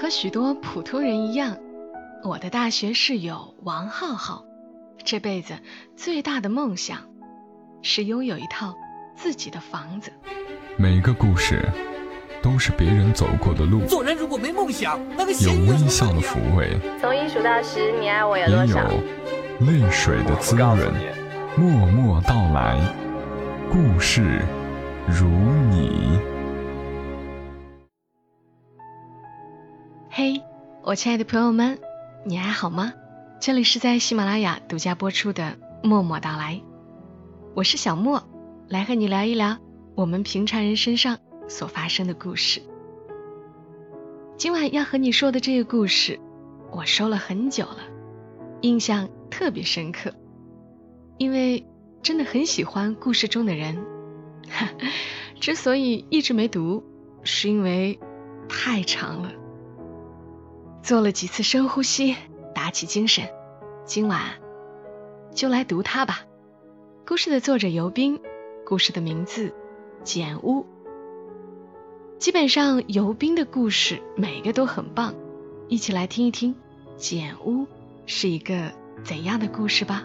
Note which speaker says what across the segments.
Speaker 1: 和许多普通人一样，我的大学室友王浩浩这辈子最大的梦想是拥有一套自己的房子。
Speaker 2: 每个故事都是别人走过的路，
Speaker 3: 做人如果没梦想，那个
Speaker 2: 有微笑的抚慰，
Speaker 4: 从1数到10，你爱我有多少？
Speaker 2: 也有泪水的滋润。默默到来，故事如你。
Speaker 1: 嘿，我亲爱的朋友们，你还好吗？这里是在喜马拉雅独家播出的默默到来，我是小莫，来和你聊一聊我们平常人身上所发生的故事。今晚要和你说的这个故事我收了很久了，印象特别深刻，因为真的很喜欢故事中的人。之所以一直没读，是因为太长了。做了几次深呼吸，打起精神，今晚就来读它吧。故事的作者尤斌，故事的名字简屋。基本上尤斌的故事每个都很棒，一起来听一听简屋是一个怎样的故事吧。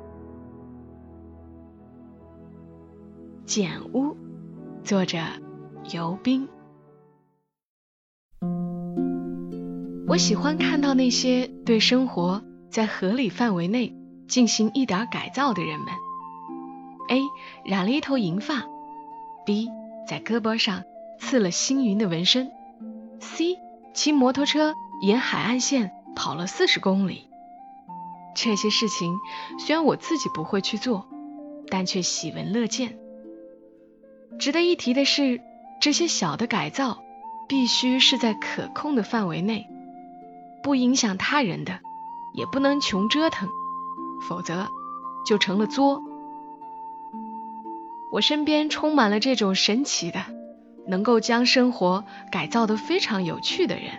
Speaker 1: 简屋，作者尤斌。我喜欢看到那些对生活在合理范围内进行一点改造的人们。 A 染了一头银发， B 在胳膊上刺了星云的纹身， C 骑摩托车沿海岸线跑了40公里。这些事情虽然我自己不会去做，但却喜闻乐见。值得一提的是，这些小的改造必须是在可控的范围内，不影响他人的，也不能穷折腾，否则就成了作。我身边充满了这种神奇的，能够将生活改造得非常有趣的人。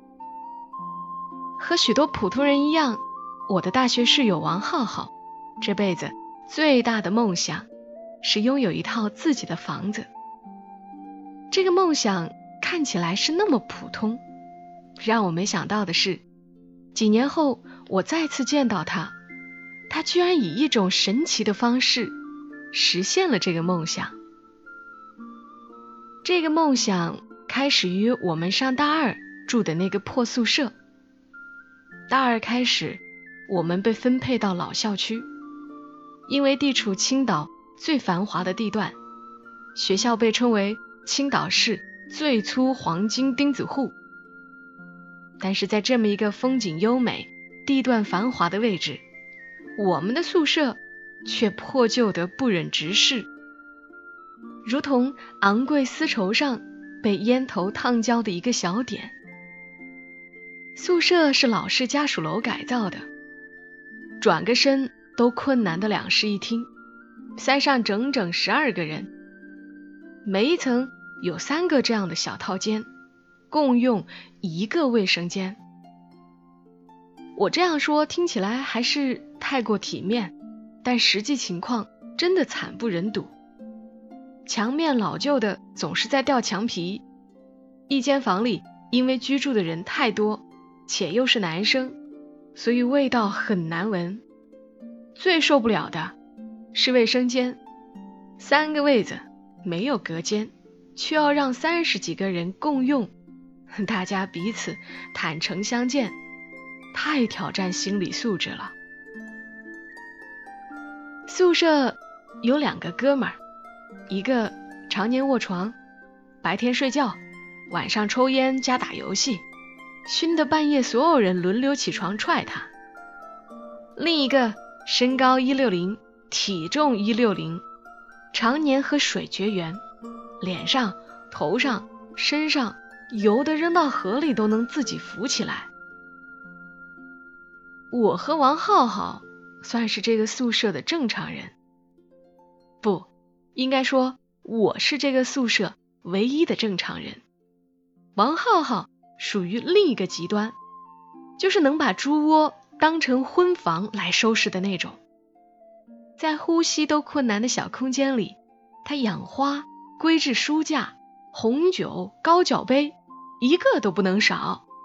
Speaker 1: 和许多普通人一样，我的大学室友王浩浩这辈子最大的梦想是拥有一套自己的房子。这个梦想看起来是那么普通，让我没想到的是，几年后我再次见到他，他居然以一种神奇的方式实现了这个梦想。这个梦想开始于我们上大二住的那个破宿舍。大二开始，我们被分配到老校区，因为地处青岛最繁华的地段，学校被称为青岛市最粗黄金钉子户。但是在这么一个风景优美、地段繁华的位置，我们的宿舍却破旧得不忍直视，如同昂贵丝绸上被烟头烫焦的一个小点。宿舍是老式家属楼改造的，转个身都困难的2室1厅，塞上整整12个人，每一层有3个这样的小套间，共用1个卫生间。我这样说听起来还是太过体面，但实际情况真的惨不忍睹。墙面老旧的总是在掉墙皮，一间房里因为居住的人太多，且又是男生，所以味道很难闻。最受不了的是卫生间，3个位子没有隔间，却要让30几个人共用，大家彼此坦诚相见，太挑战心理素质了。宿舍有2个哥们儿，一个常年卧床，白天睡觉，晚上抽烟加打游戏，熏得半夜所有人轮流起床踹他。另一个身高160，体重160，常年和水绝缘，脸上、头上、身上油的扔到河里都能自己浮起来。我和王浩浩算是这个宿舍的正常人，不，应该说我是这个宿舍唯一的正常人。王浩浩属于另一个极端，就是能把猪窝当成婚房来收拾的那种。在呼吸都困难的小空间里，他养花、规制书架、红酒、高脚杯，一个都不能少。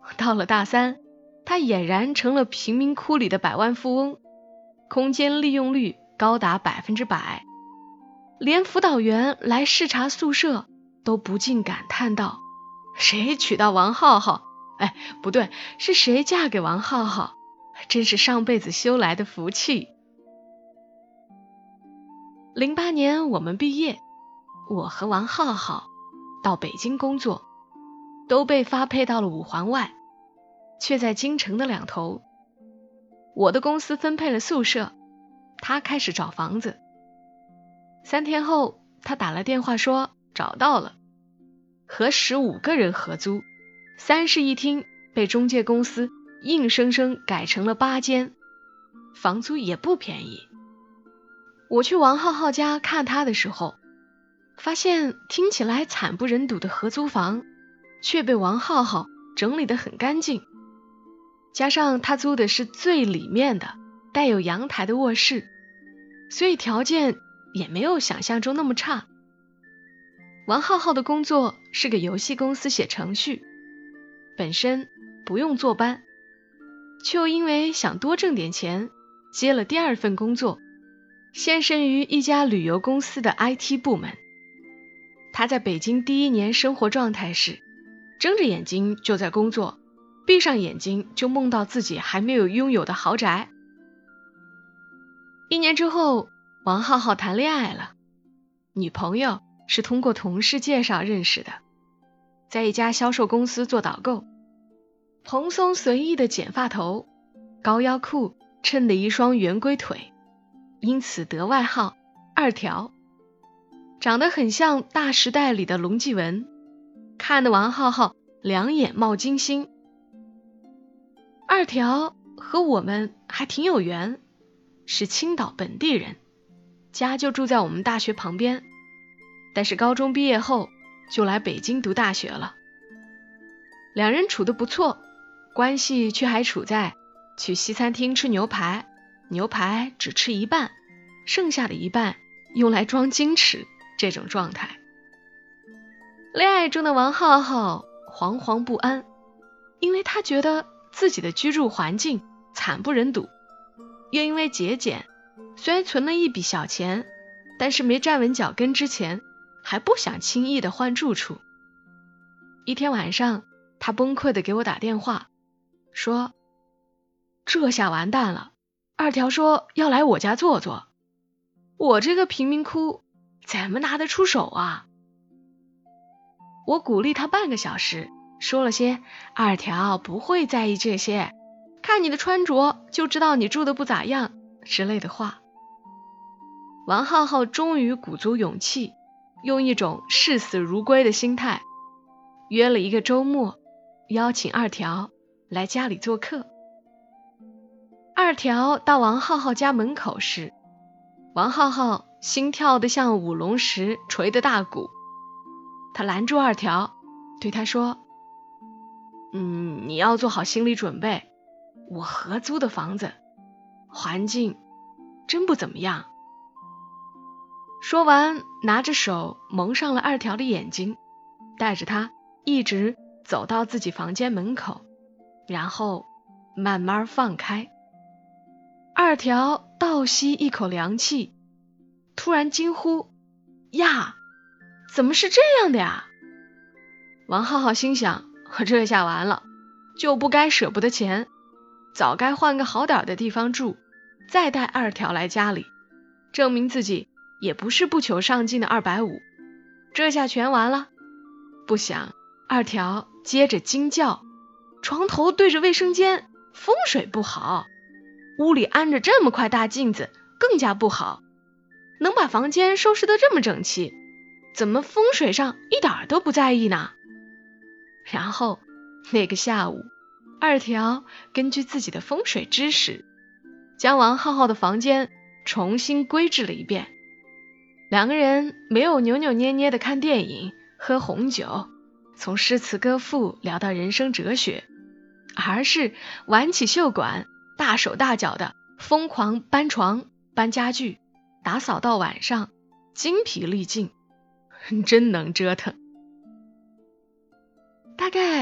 Speaker 1: 到了大三，他俨然成了贫民窟里的百万富翁，空间利用率高达100%，连辅导员来视察宿舍都不禁感叹道：谁娶到王浩浩？不对，是谁嫁给王浩浩？真是上辈子修来的福气。08年我们毕业，我和王浩浩到北京工作，都被发配到了5环外，却在京城的两头。我的公司分配了宿舍，他开始找房子。3天后，他打了电话说找到了，和15个人合租，3室1厅，被中介公司硬生生改成了8间，房租也不便宜。我去王浩浩家看他的时候，发现听起来惨不忍睹的合租房却被王浩浩整理得很干净，加上他租的是最里面的带有阳台的卧室，所以条件也没有想象中那么差。王浩浩的工作是给游戏公司写程序，本身不用坐班，却因为想多挣点钱，接了第2份工作，现身于一家旅游公司的 IT 部门。他在北京第1年生活状态是睁着眼睛就在工作，闭上眼睛就梦到自己还没有拥有的豪宅。1年之后，王浩浩谈恋爱了，女朋友是通过同事介绍认识的，在一家销售公司做导购，蓬松随意的剪发头，高腰裤衬的一双圆规腿，因此得外号2条，长得很像大时代里的龙继文，看得王浩浩两眼冒金星。2条和我们还挺有缘，是青岛本地人，家就住在我们大学旁边，但是高中毕业后就来北京读大学了。2人处得不错，关系却还处在去西餐厅吃牛排，牛排只吃一半，剩下的一半用来装矜持这种状态。恋爱中的王浩浩惶惶不安，因为他觉得自己的居住环境惨不忍睹，又因为节俭，虽然存了一笔小钱，但是没站稳脚跟之前，还不想轻易的换住处。一天晚上，他崩溃的给我打电话，说这下完蛋了，2条说要来我家坐坐，我这个贫民窟怎么拿得出手啊？我鼓励他半个小时，说了些2条不会在意这些，看你的穿着就知道你住的不咋样之类的话。王浩浩终于鼓足勇气，用一种视死如归的心态，约了一个周末，邀请2条来家里做客。2条到王浩浩家门口时，王浩浩心跳得像舞龙时捶的大鼓，他拦住2条，对他说：你要做好心理准备，我合租的房子环境真不怎么样。说完，拿着手蒙上了2条的眼睛，带着他一直走到自己房间门口，然后慢慢放开。2条倒吸一口凉气，突然惊呼：呀，怎么是这样的呀？王浩浩心想，这下完了，就不该舍不得钱，早该换个好点的地方住，再带2条来家里，证明自己也不是不求上进的250，这下全完了。不想2条接着惊叫：床头对着卫生间，风水不好，屋里安着这么块大镜子更加不好，能把房间收拾得这么整齐，怎么风水上一点都不在意呢？然后那个下午，2条根据自己的风水知识，将王浩浩的房间重新规制了一遍。2个人没有扭扭捏捏的看电影喝红酒，从诗词歌赋聊到人生哲学，而是挽起袖管，大手大脚的疯狂搬床搬家具，打扫到晚上精疲力尽，真能折腾。大概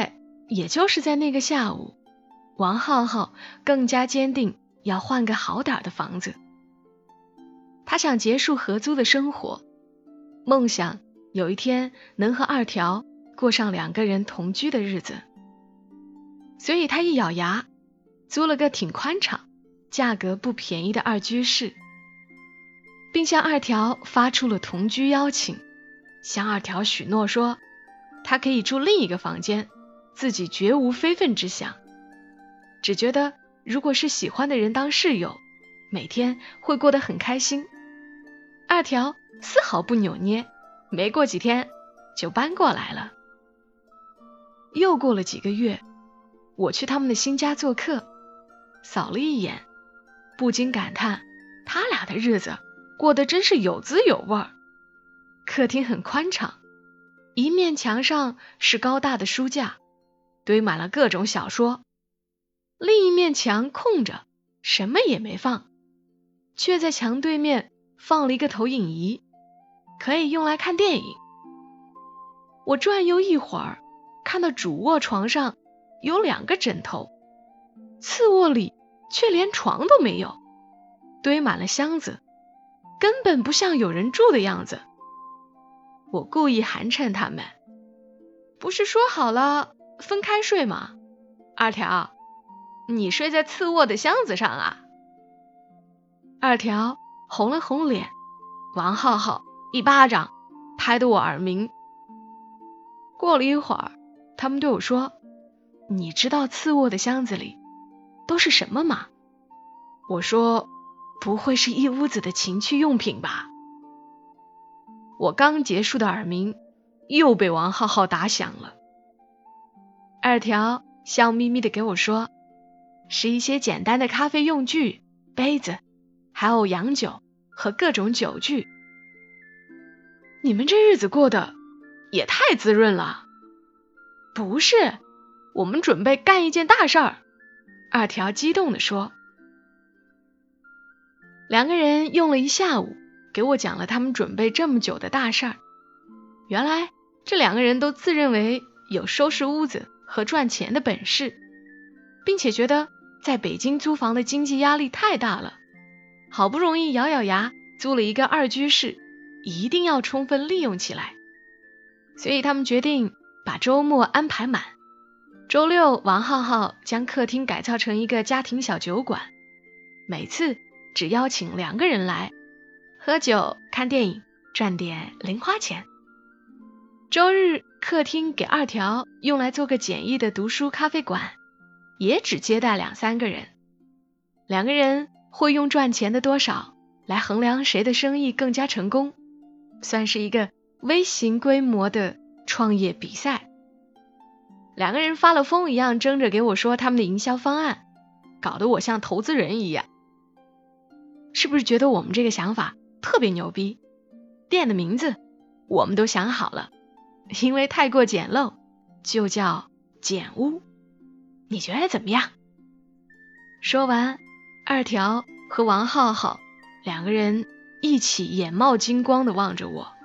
Speaker 1: 也就是在那个下午，王浩浩更加坚定要换个好点的房子。他想结束合租的生活，梦想有一天能和二条过上2个人同居的日子。所以他一咬牙，租了个挺宽敞、价格不便宜的2居室，并向二条发出了同居邀请，向二条许诺说他可以住另一个房间，自己绝无非分之想，只觉得如果是喜欢的人当室友，每天会过得很开心。二条丝毫不扭捏，没过几天就搬过来了。又过了几个月，我去他们的新家做客，扫了一眼，不禁感叹他俩的日子过得真是有滋有味儿。客厅很宽敞，一面墙上是高大的书架，堆满了各种小说，另一面墙空着，什么也没放，却在墙对面放了一个投影仪，可以用来看电影。我转悠一会儿，看到主卧床上有2个枕头，次卧里却连床都没有，堆满了箱子，根本不像有人住的样子。我故意寒碜他们，不是说好了分开睡吗？二条，你睡在次卧的箱子上啊？二条红了红脸，王浩浩一巴掌拍得我耳鸣。过了一会儿，他们对我说，你知道次卧的箱子里都是什么吗？我说，不会是一屋子的情趣用品吧？我刚结束的耳鸣又被王浩浩打响了。二条笑眯眯地给我说，是一些简单的咖啡用具、杯子，还有洋酒和各种酒具。你们这日子过得也太滋润了。不是，我们准备干一件大事儿。二条激动地说。2个人用了一下午给我讲了他们准备这么久的大事儿。原来这2个人都自认为有收拾屋子和赚钱的本事，并且觉得在北京租房的经济压力太大了，好不容易咬咬牙租了一个2居室，一定要充分利用起来。所以他们决定把周末安排满。周六，王浩浩将客厅改造成一个家庭小酒馆，每次只邀请2个人来喝酒看电影，赚点零花钱。周日，客厅给二条用来做个简易的读书咖啡馆，也只接待2-3个人。2个人会用赚钱的多少来衡量谁的生意更加成功，算是一个微型规模的创业比赛。2个人发了疯一样争着给我说他们的营销方案，搞得我像投资人一样。是不是觉得我们这个想法特别牛逼？店的名字我们都想好了，因为太过简陋，就叫简屋。你觉得怎么样？说完，二条和王浩浩2个人一起眼冒金光地望着我。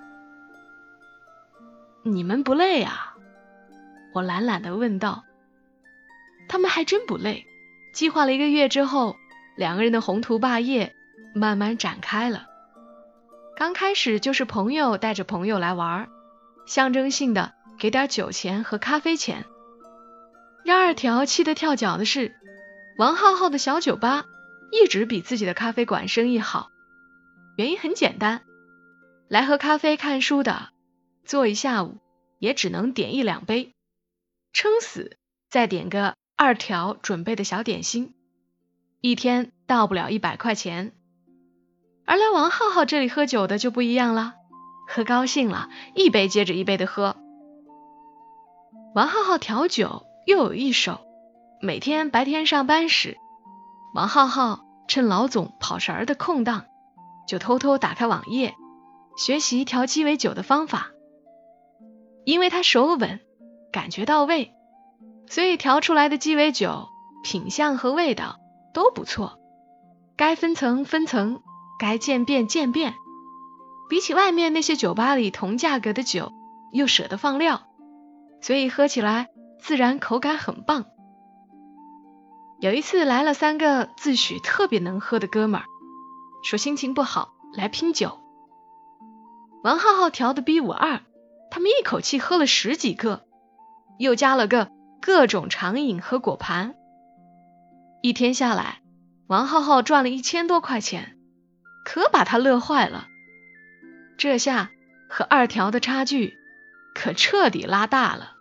Speaker 1: 你们不累啊？我懒懒地问道。他们还真不累。计划了1个月之后，2个人的宏图霸业慢慢展开了。刚开始就是朋友带着朋友来玩，象征性的给点酒钱和咖啡钱。让二条气得跳脚的是，王浩浩的小酒吧一直比自己的咖啡馆生意好。原因很简单，来喝咖啡看书的坐一下午也只能点1-2杯，撑死再点个二条准备的小点心，一天到不了100块钱。而来王浩浩这里喝酒的就不一样了，喝高兴了，一杯接着一杯的喝。王浩浩调酒又有一手，每天白天上班时，王浩浩趁老总跑神儿的空档，就偷偷打开网页，学习调鸡尾酒的方法。因为他手稳，感觉到位，所以调出来的鸡尾酒品相和味道都不错，该分层分层，该渐变渐变。比起外面那些酒吧里同价格的酒，又舍得放料，所以喝起来自然口感很棒。有一次来了3个自诩特别能喝的哥们儿，说心情不好来拼酒。王浩浩调的比52，他们一口气喝了10几个，又加了个各种长饮和果盘。一天下来，王浩浩赚了1000多块钱，可把他乐坏了。这下和2条的差距可彻底拉大了。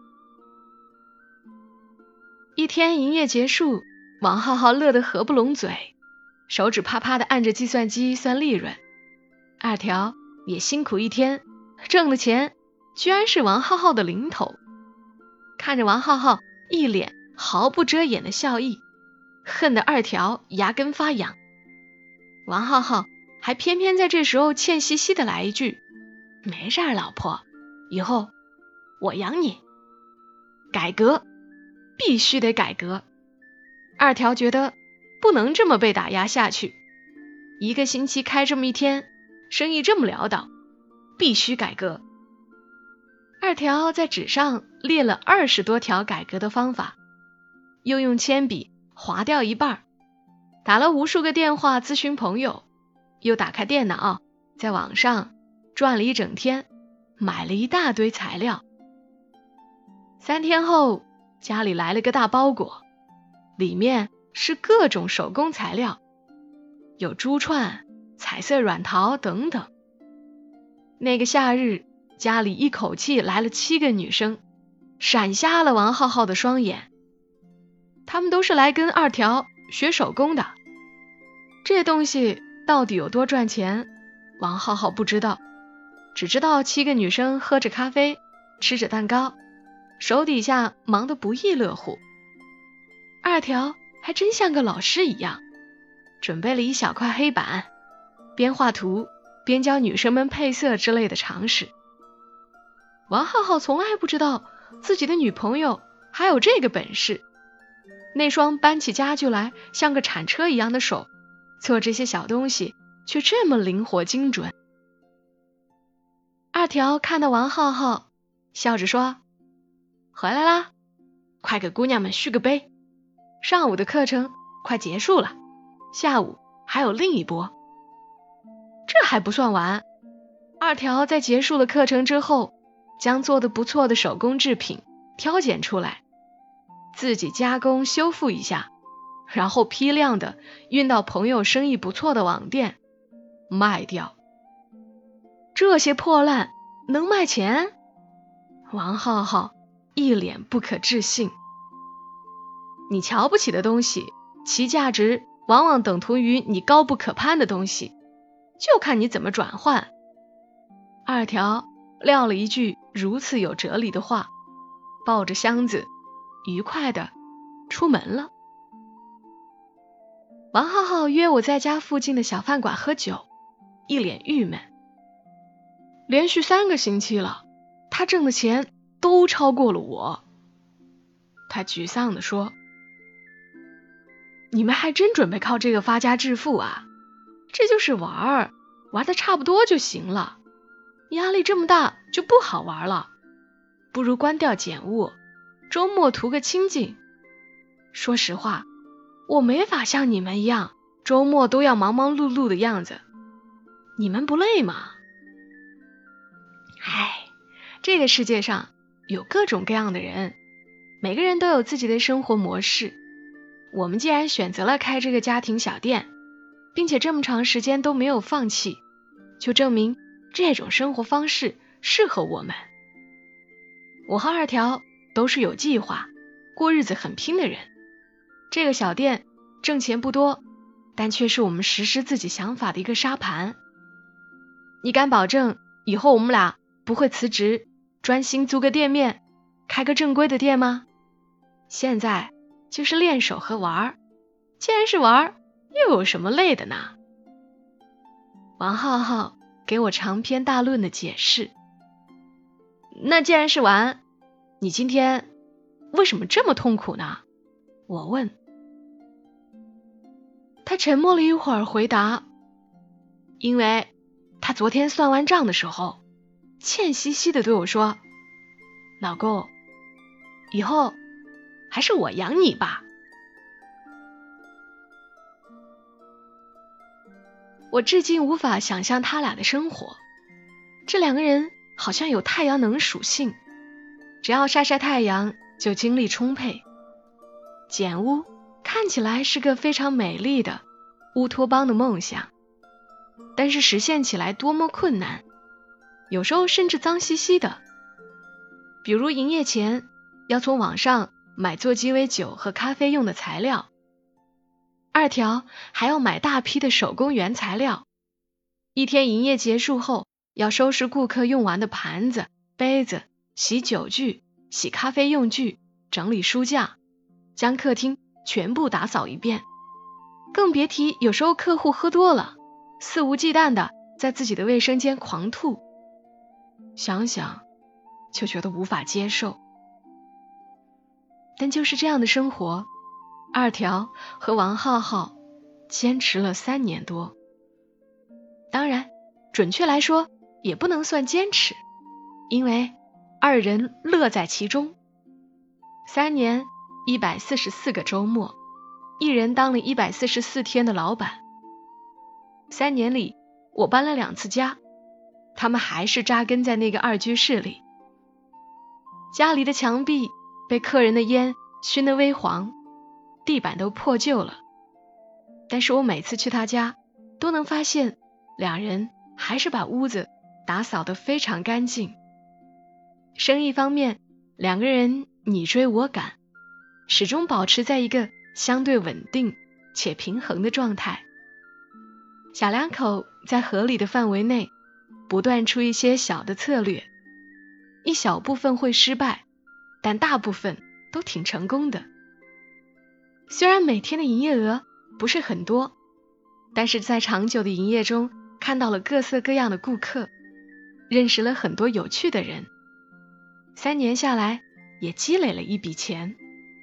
Speaker 1: 一天营业结束，王浩浩乐得合不拢嘴，手指啪啪地按着计算机算利润。2条也辛苦一天，挣的钱居然是王浩浩的零头。看着王浩浩一脸毫不遮掩的笑意，恨得2条牙根发痒。王浩浩还偏偏在这时候欠兮兮的来一句：没事儿，老婆，以后我养你。改革，必须得改革。2条觉得不能这么被打压下去，一个星期开这么一天，生意这么潦倒，必须改革。2条在纸上列了20多条改革的方法，又用铅笔划掉一半，打了无数个电话咨询朋友，又打开电脑在网上转了一整天，买了一大堆材料。3天后，家里来了个大包裹，里面是各种手工材料，有珠串、彩色软陶等等。那个夏日，家里一口气来了7个女生，闪瞎了王浩浩的双眼。她们都是来跟2条学手工的。这东西到底有多赚钱，王浩浩不知道，只知道7个女生喝着咖啡，吃着蛋糕，手底下忙得不亦乐乎。2条还真像个老师一样，准备了一小块黑板，边画图边教女生们配色之类的常识。王浩浩从来不知道自己的女朋友还有这个本事，那双搬起家具来像个铲车一样的手，做这些小东西却这么灵活精准。2条看到王浩浩，笑着说：回来啦，快给姑娘们续个杯，上午的课程快结束了，下午还有另一波。这还不算完，2条在结束了课程之后，将做得不错的手工制品挑拣出来，自己加工修复一下，然后批量的运到朋友生意不错的网店卖掉。这些破烂能卖钱？王浩浩一脸不可置信。你瞧不起的东西，其价值往往等同于你高不可攀的东西，就看你怎么转换。2条撂了一句如此有哲理的话，抱着箱子愉快的出门了。王浩浩约我在家附近的小饭馆喝酒，一脸郁闷。连续3个星期了，他挣的钱都超过了我。他沮丧地说：你们还真准备靠这个发家致富啊？这就是玩得差不多就行了，压力这么大就不好玩了，不如关掉简物，周末图个清静。说实话，我没法像你们一样周末都要忙忙碌碌的样子，你们不累吗？这个世界上有各种各样的人，每个人都有自己的生活模式。我们既然选择了开这个家庭小店，并且这么长时间都没有放弃，就证明这种生活方式适合我们。我和2条都是有计划、过日子很拼的人。这个小店挣钱不多，但却是我们实施自己想法的一个沙盘。你敢保证以后我们俩不会辞职，专心租个店面，开个正规的店吗？现在就是练手和玩，既然是玩，又有什么累的呢？王浩浩给我长篇大论的解释。那既然是玩，你今天为什么这么痛苦呢？我问。他沉默了一会儿回答，因为他昨天算完账的时候，欠兮兮的对我说：老公， 以后还是我养你吧。我至今无法想象他俩的生活，这两个人好像有太阳能属性，只要晒晒太阳就精力充沛。简屋看起来是个非常美丽的乌托邦的梦想，但是实现起来多么困难，有时候甚至脏兮兮的。比如营业前要从网上买做鸡尾酒和咖啡用的材料，二条还要买大批的手工原材料，一天营业结束后要收拾顾客用完的盘子、杯子，洗酒具、洗咖啡用具，整理书架，将客厅全部打扫一遍。更别提有时候客户喝多了，肆无忌惮的在自己的卫生间狂吐，想想就觉得无法接受。但就是这样的生活，二条和王浩浩坚持了3年多。当然，准确来说也不能算坚持，因为二人乐在其中。3年144个周末，一人当了144天的老板。3年里，我搬了2次家，他们还是扎根在那个2居室里。家里的墙壁被客人的烟熏得微黄，地板都破旧了，但是我每次去他家都能发现两人还是把屋子打扫得非常干净。生意方面，两个人你追我赶，始终保持在一个相对稳定且平衡的状态。小两口在合理的范围内不断出一些小的策略，一小部分会失败，但大部分都挺成功的。虽然每天的营业额不是很多，但是在长久的营业中看到了各色各样的顾客，认识了很多有趣的人。3年下来也积累了一笔钱。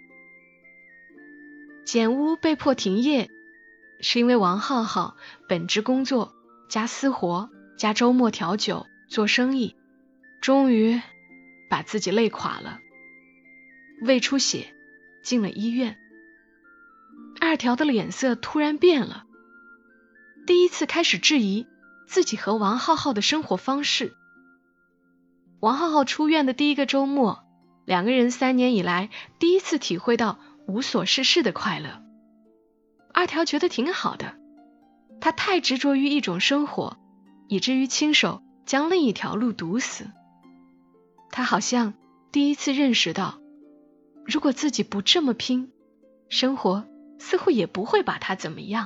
Speaker 1: 简屋被迫停业，是因为王浩浩本职工作加私活加周末调酒做生意，终于把自己累垮了，胃出血进了医院。二条的脸色突然变了，第一次开始质疑自己和王浩浩的生活方式。王浩浩出院的第一个周末，两个人3年以来第一次体会到无所事事的快乐。二条觉得挺好的，他太执着于一种生活，以至于亲手将另一条路堵死。他好像第一次认识到，如果自己不这么拼，生活似乎也不会把他怎么样。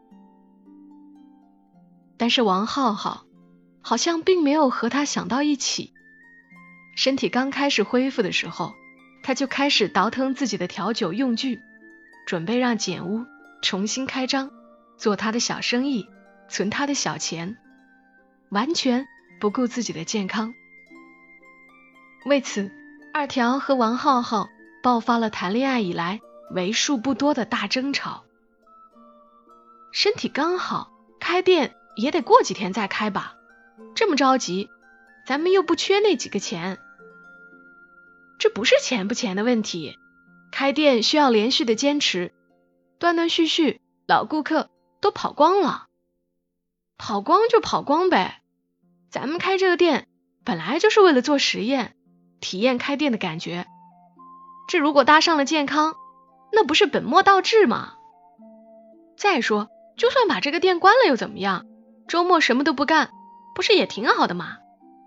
Speaker 1: 但是王浩浩好像并没有和他想到一起。身体刚开始恢复的时候，他就开始倒腾自己的调酒用具，准备让简屋重新开张，做他的小生意，存他的小钱，完全不顾自己的健康。为此，二条和王浩浩爆发了谈恋爱以来为数不多的大争吵。身体刚好，开店也得过几天再开吧，这么着急，咱们又不缺那几个钱。这不是钱不钱的问题，开店需要连续的坚持，断断续续，老顾客都跑光了。跑光就跑光呗，咱们开这个店本来就是为了做实验，体验开店的感觉，这如果搭上了健康，那不是本末倒置吗？再说，就算把这个店关了又怎么样？周末什么都不干，不是也挺好的吗？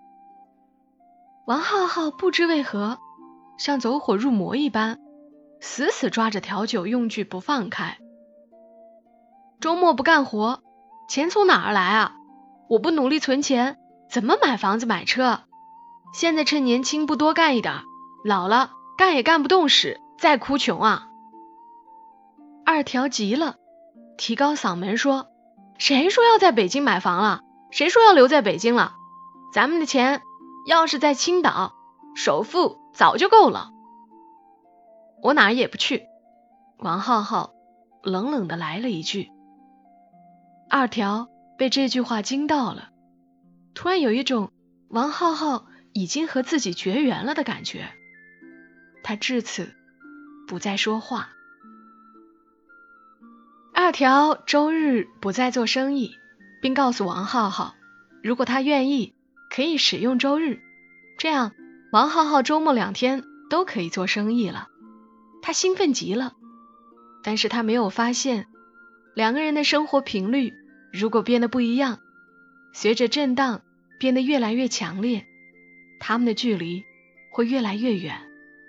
Speaker 1: 王浩浩不知为何像走火入魔一般，死死抓着调酒用具不放开。周末不干活，钱从哪儿来啊？我不努力存钱，怎么买房子买车？现在趁年轻不多干一点，老了干也干不动时再哭穷啊！二条急了，提高嗓门说：谁说要在北京买房了？谁说要留在北京了？咱们的钱要是在青岛，首付早就够了。我哪儿也不去。王浩浩冷冷地来了一句。二条被这句话惊到了，突然有一种王浩浩已经和自己绝缘了的感觉。 他至此不再说话。二条周日不再做生意，并告诉王浩浩，如果他愿意，可以使用周日，这样王浩浩周末2天都可以做生意了。他兴奋极了，但是他没有发现，两个人的生活频率如果变得不一样，随着震荡变得越来越强烈，他们的距离会越来越远。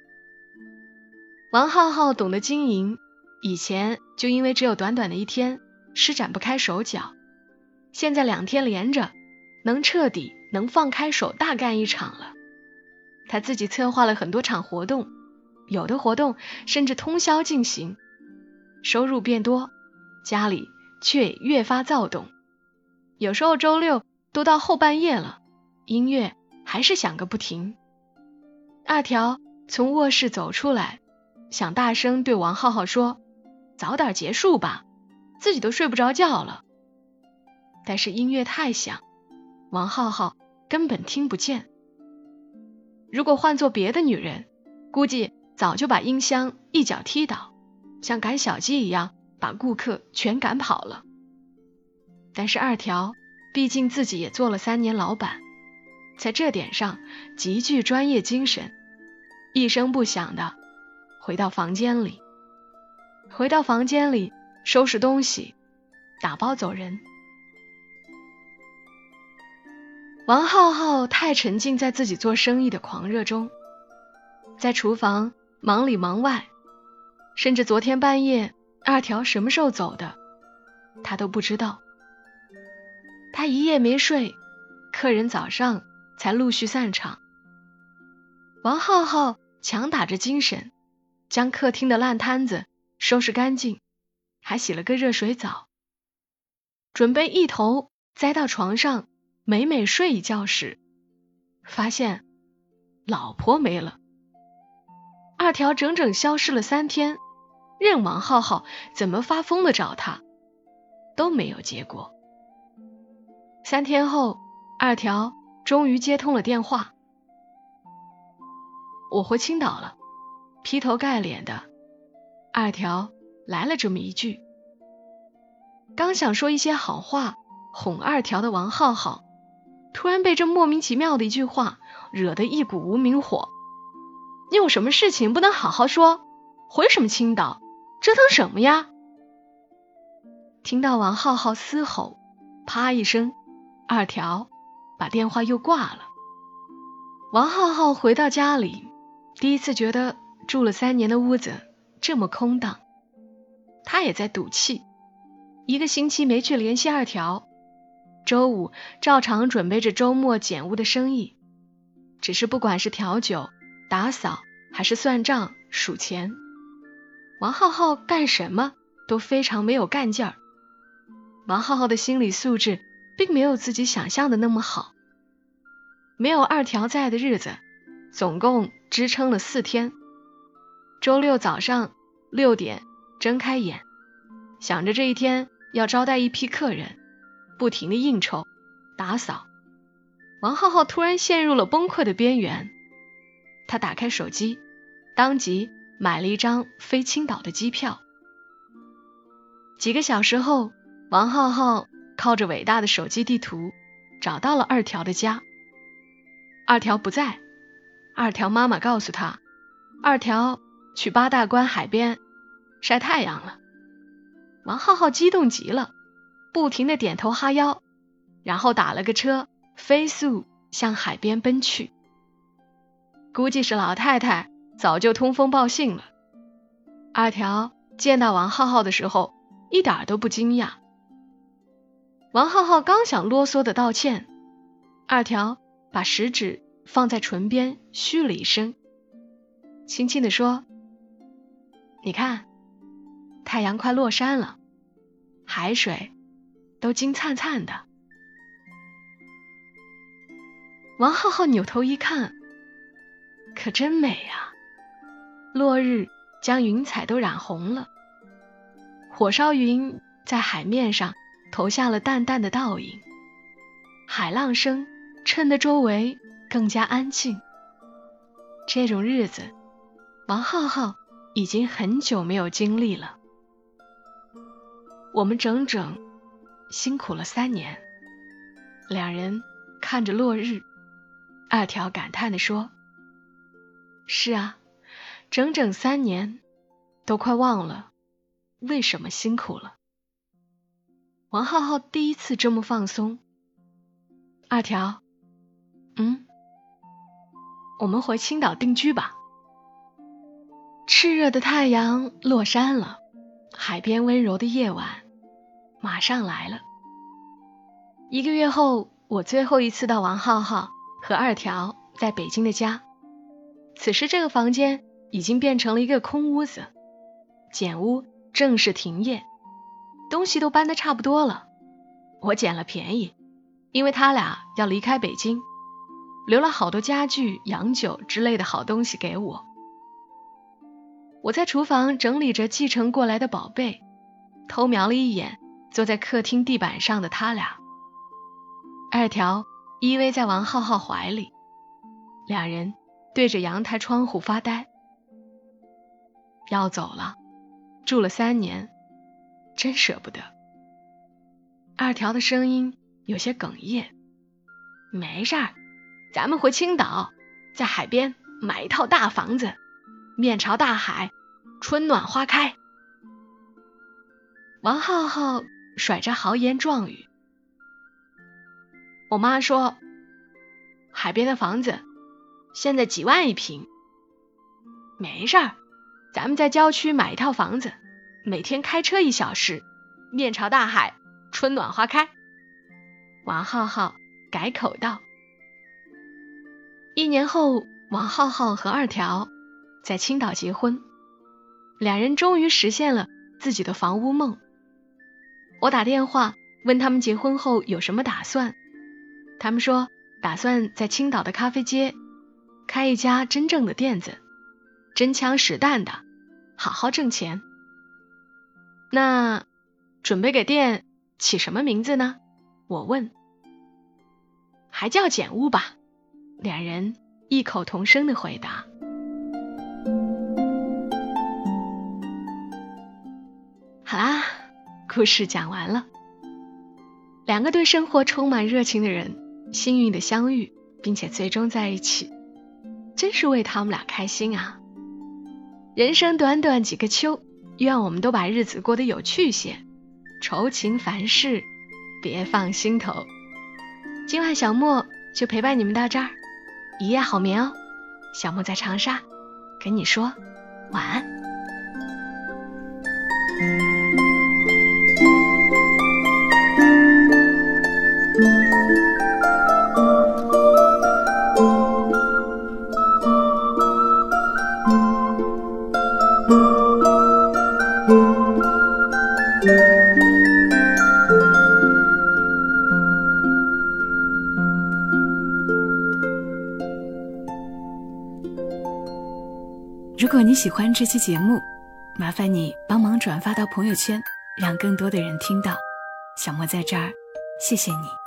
Speaker 1: 王浩浩懂得经营，以前就因为只有短短的1天施展不开手脚，现在2天连着能彻底能放开手大干一场了。他自己策划了很多场活动，有的活动甚至通宵进行，收入变多，家里却越发躁动。有时候周六都到后半夜了，音乐还是响个不停。二条从卧室走出来，想大声对王浩浩说，早点结束吧，自己都睡不着觉了。但是音乐太响，王浩浩根本听不见。如果换做别的女人，估计早就把音箱一脚踢倒，像赶小鸡一样把顾客全赶跑了。但是二条毕竟自己也做了3年老板，在这点上极具专业精神，一声不响的回到房间里收拾东西，打包走人。王浩浩太沉浸在自己做生意的狂热中，在厨房忙里忙外，甚至昨天半夜二条什么时候走的他都不知道。他一夜没睡，客人早上才陆续散场。王浩浩强打着精神，将客厅的烂摊子收拾干净，还洗了个热水澡，准备一头栽到床上美美睡一觉时，发现老婆没了。二条整整消失了3天，任王浩浩怎么发疯的找他，都没有结果。3天后，二条终于接通了电话。我回青岛了，劈头盖脸的，二条来了这么一句。刚想说一些好话哄二条的王浩浩，突然被这莫名其妙的一句话惹得一股无名火。你有什么事情不能好好说？回什么青岛？折腾什么呀？听到王浩浩嘶吼，啪一声，二条把电话又挂了。王浩浩回到家里，第一次觉得住了3年的屋子这么空荡。他也在赌气，1个星期没去联系二条，周五照常准备着周末减污的生意，只是不管是调酒、打扫还是算账数钱，王浩浩干什么都非常没有干劲儿。王浩浩的心理素质并没有自己想象的那么好。没有二条在的日子，总共支撑了4天。周六早上6点睁开眼，想着这一天要招待一批客人，不停地应酬打扫，王浩浩突然陷入了崩溃的边缘。他打开手机，当即买了一张飞青岛的机票。几个小时后，王浩浩靠着伟大的手机地图找到了二条的家。二条不在，二条妈妈告诉他，二条去八大关海边晒太阳了。王浩浩激动极了，不停地点头哈腰，然后打了个车，飞速向海边奔去。估计是老太太早就通风报信了。二条见到王浩浩的时候一点都不惊讶。王浩浩刚想啰嗦的道歉，二条把食指放在唇边嘘了一声，轻轻地说，你看，太阳快落山了，海水都金灿灿的。王浩浩扭头一看，可真美啊，落日将云彩都染红了，火烧云在海面上投下了淡淡的倒影，海浪声衬得周围更加安静。这种日子王浩浩已经很久没有经历了。我们整整辛苦了3年。两人看着落日，二条感叹地说：是啊，整整3年，都快忘了为什么辛苦了。王浩浩第一次这么放松。二条，我们回青岛定居吧。炽热的太阳落山了，海边温柔的夜晚马上来了。1个月后，我最后一次到王浩浩和二条在北京的家。此时这个房间已经变成了一个空屋子，简屋正式停业，东西都搬得差不多了。我捡了便宜，因为他俩要离开北京，留了好多家具、洋酒之类的好东西给我。我在厨房整理着继承过来的宝贝，偷瞄了一眼坐在客厅地板上的他俩。二条依偎在王浩浩怀里，两人对着阳台窗户发呆。要走了，住了3年，真舍不得。二条的声音有些哽咽。没事儿，咱们回青岛，在海边买一套大房子，面朝大海，春暖花开。王浩浩甩着豪言壮语。我妈说，海边的房子现在几万1平。没事儿，咱们在郊区买一套房子，每天开车1小时，面朝大海，春暖花开。王浩浩改口道。1年后，王浩浩和二条在青岛结婚，两人终于实现了自己的房屋梦。我打电话问他们结婚后有什么打算，他们说打算在青岛的咖啡街开一家真正的店子，真枪实弹的好好挣钱。那准备给店起什么名字呢？我问。还叫简屋吧，两人异口同声的回答。好啦，故事讲完了。两个对生活充满热情的人，幸运的相遇，并且最终在一起，真是为他们俩开心啊！人生短短几个秋，愿我们都把日子过得有趣些，愁情烦事别放心头。今晚小莫就陪伴你们到这儿，一夜好眠哦。小莫在长沙跟你说晚安。
Speaker 5: 如果你喜欢这期节目，麻烦你帮忙转发到朋友圈，让更多的人听到。小莫在这儿，谢谢你。